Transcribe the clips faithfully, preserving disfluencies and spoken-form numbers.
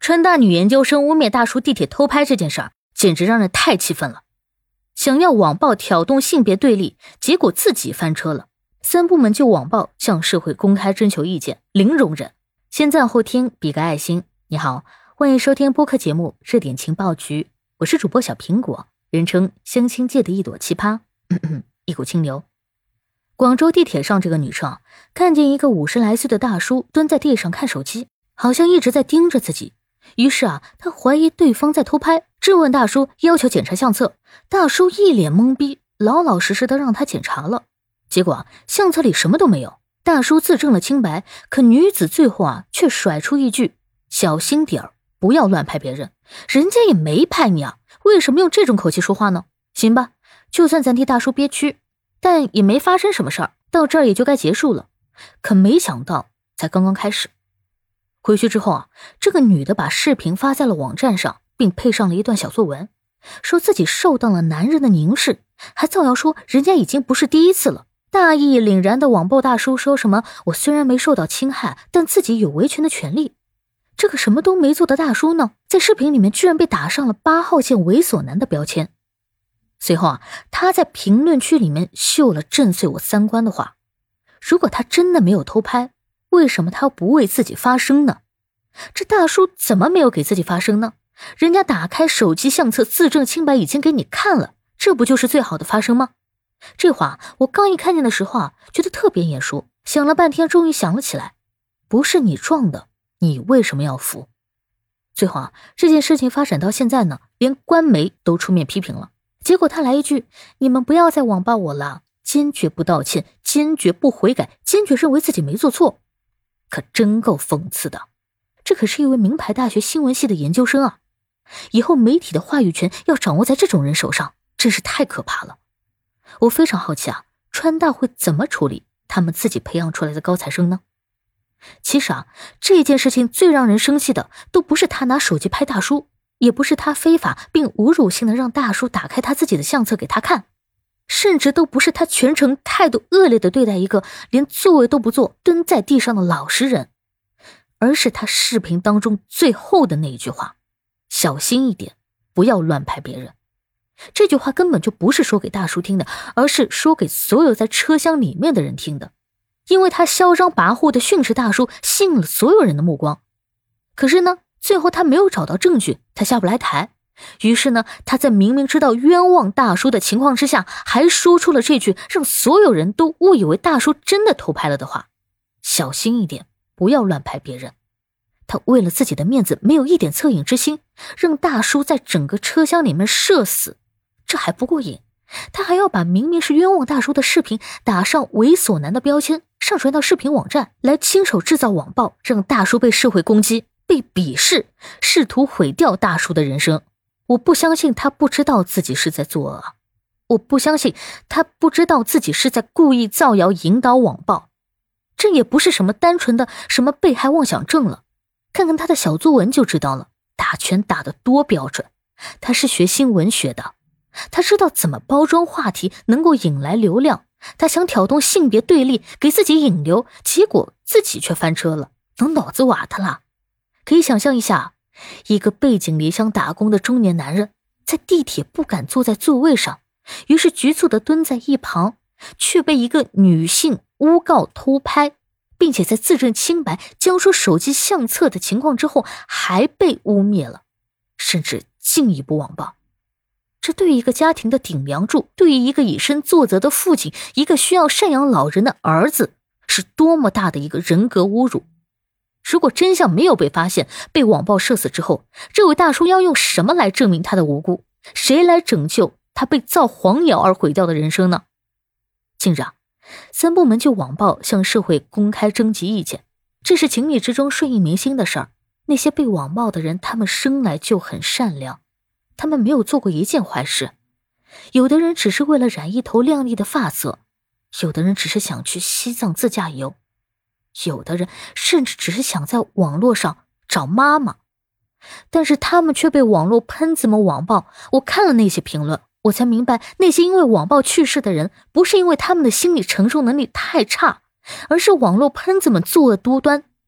川大女研究生污蔑大叔地铁偷拍这件事儿，简直让人太气愤了。想要网暴挑动性别对立，结果自己翻车了。三部门就网暴向社会公开征求意见，零容忍。先赞后听，比个爱心。你好，欢迎收听播客节目《热点情报局》，我是主播小苹果，人称相亲界的一朵奇葩，咳咳一股清流。广州地铁上，这个女生看见一个五十来岁的大叔蹲在地上看手机，好像一直在盯着自己。于是啊，她怀疑对方在偷拍，质问大叔，要求检查相册。大叔一脸懵逼，老老实实的让她检查了。结果啊，相册里什么都没有。大叔自证了清白，可女子最后啊，却甩出一句：“小心点儿，不要乱拍别人，人家也没拍你啊，为什么用这种口气说话呢？”行吧，就算咱替大叔憋屈，但也没发生什么事儿，到这儿也就该结束了。可没想到，才刚刚开始。回去之后啊，这个女的把视频发在了网站上，并配上了一段小作文，说自己受到了男人的凝视，还造谣说人家已经不是第一次了。大义凛然的网暴大叔说什么我虽然没受到侵害，但自己有维权的权利。这个什么都没做的大叔呢，在视频里面居然被打上了八号线猥琐男的标签。随后啊，他在评论区里面秀了震碎我三观的话。如果他真的没有偷拍，为什么他不为自己发声呢？这大叔怎么没有给自己发声呢？人家打开手机相册自证清白已经给你看了，这不就是最好的发声吗？这话我刚一看见的时候啊，觉得特别眼熟，想了半天终于想了起来，不是你撞的，你为什么要扶？最后啊，这件事情发展到现在呢，连官媒都出面批评了。结果他来一句，你们不要再网暴我了，坚决不道歉，坚决不悔改，坚决认为自己没做错。可真够讽刺的，这可是一位名牌大学新闻系的研究生啊！以后媒体的话语权要掌握在这种人手上，真是太可怕了。我非常好奇啊，川大会怎么处理他们自己培养出来的高材生呢？其实啊，这件事情最让人生气的都不是他拿手机拍大叔，也不是他非法并侮辱性的让大叔打开他自己的相册给他看，甚至都不是他全程态度恶劣的对待一个连座位都不坐蹲在地上的老实人，而是他视频当中最后的那一句话：小心一点，不要乱拍别人。这句话根本就不是说给大叔听的，而是说给所有在车厢里面的人听的，因为他嚣张跋扈的训斥大叔吸引了所有人的目光。可是呢，最后他没有找到证据，他下不来台。于是呢，他在明明知道冤枉大叔的情况之下，还说出了这句让所有人都误以为大叔真的偷拍了的话：小心一点，不要乱拍别人。他为了自己的面子没有一点恻隐之心，让大叔在整个车厢里面社死。这还不过瘾，他还要把明明是冤枉大叔的视频打上猥琐男的标签，上传到视频网站，来亲手制造网暴，让大叔被社会攻击，被鄙视，试图毁掉大叔的人生。我不相信他不知道自己是在作恶，我不相信他不知道自己是在故意造谣引导网暴。这也不是什么单纯的什么被害妄想症了，看看他的小作文就知道了，打拳打得多标准。他是学新闻学的，他知道怎么包装话题能够引来流量，他想挑动性别对立，给自己引流，结果自己却翻车了，能脑子瓦特了。可以想象一下，一个背井离乡打工的中年男人，在地铁不敢坐在座位上，于是局促地蹲在一旁，却被一个女性诬告偷拍，并且在自证清白交出手机相册的情况之后，还被污蔑了，甚至进一步网暴。这对于一个家庭的顶梁柱，对于一个以身作则的父亲，一个需要赡养老人的儿子，是多么大的一个人格侮辱。如果真相没有被发现，被网暴射死之后，这位大叔要用什么来证明他的无辜？谁来拯救他被造黄谣而毁掉的人生呢？近日啊，三部门就网暴向社会公开征集意见，这是情理之中顺应民心的事儿。那些被网暴的人，他们生来就很善良，他们没有做过一件坏事。有的人只是为了染一头亮丽的发色，有的人只是想去西藏自驾游，有的人甚至只是想在网络上找妈妈。但是他们却被网络喷子们网暴。我看了那些评论，我才明白，那些因为网暴去世的人，不是因为他们的心理承受能力太差，而是网络喷子们作恶多端。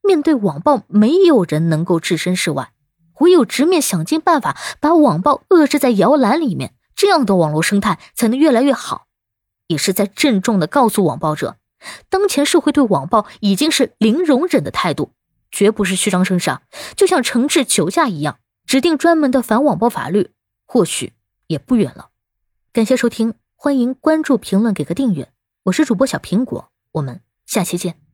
面对网暴，没有人能够置身事外，唯有直面，想尽办法把网暴遏制在摇篮里面，这样的网络生态才能越来越好。也是在郑重地告诉网暴者，当前社会对网暴已经是零容忍的态度，绝不是虚张声势，就像惩治酒驾一样，指定专门的反网暴法律，或许也不远了。感谢收听，欢迎关注、评论、给个订阅，我是主播小苹果，我们下期见。